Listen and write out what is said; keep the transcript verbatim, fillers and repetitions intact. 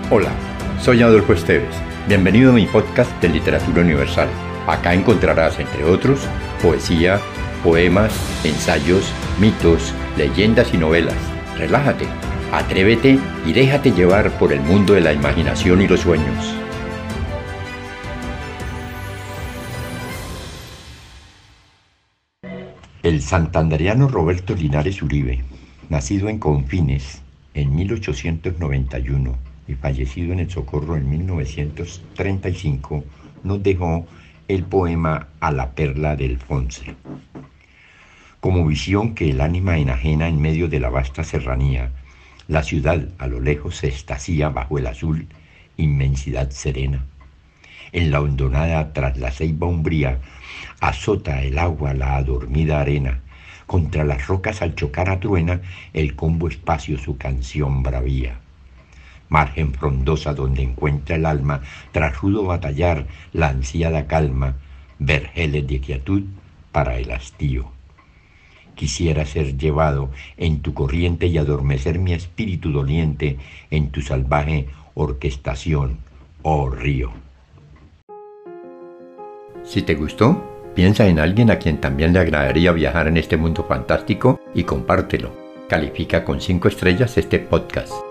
Hola, soy Adolfo Esteves. Bienvenido a mi podcast de Literatura Universal. Acá encontrarás, entre otros, poesía, poemas, ensayos, mitos, leyendas y novelas. Relájate, atrévete y déjate llevar por el mundo de la imaginación y los sueños. El santandereano Roberto Linares Uribe, nacido en Confines en mil ochocientos noventa y uno y fallecido en El Socorro en mil novecientos treinta y cinco, nos dejó el poema A la perla del Fonce. Como visión que el ánima enajena en medio de la vasta serranía, la ciudad a lo lejos se estacía bajo el azul inmensidad serena. En la hondonada tras la ceiba umbría, azota el agua la adormida arena, contra las rocas al chocar atruena el combo espacio su canción bravía. Margen frondosa donde encuentra el alma, tras rudo batallar la ansiada calma, vergeles de quietud para el hastío. Quisiera ser llevado en tu corriente y adormecer mi espíritu doliente en tu salvaje orquestación, oh río. Si te gustó, piensa en alguien a quien también le agradaría viajar en este mundo fantástico y compártelo. Califica con cinco estrellas este podcast.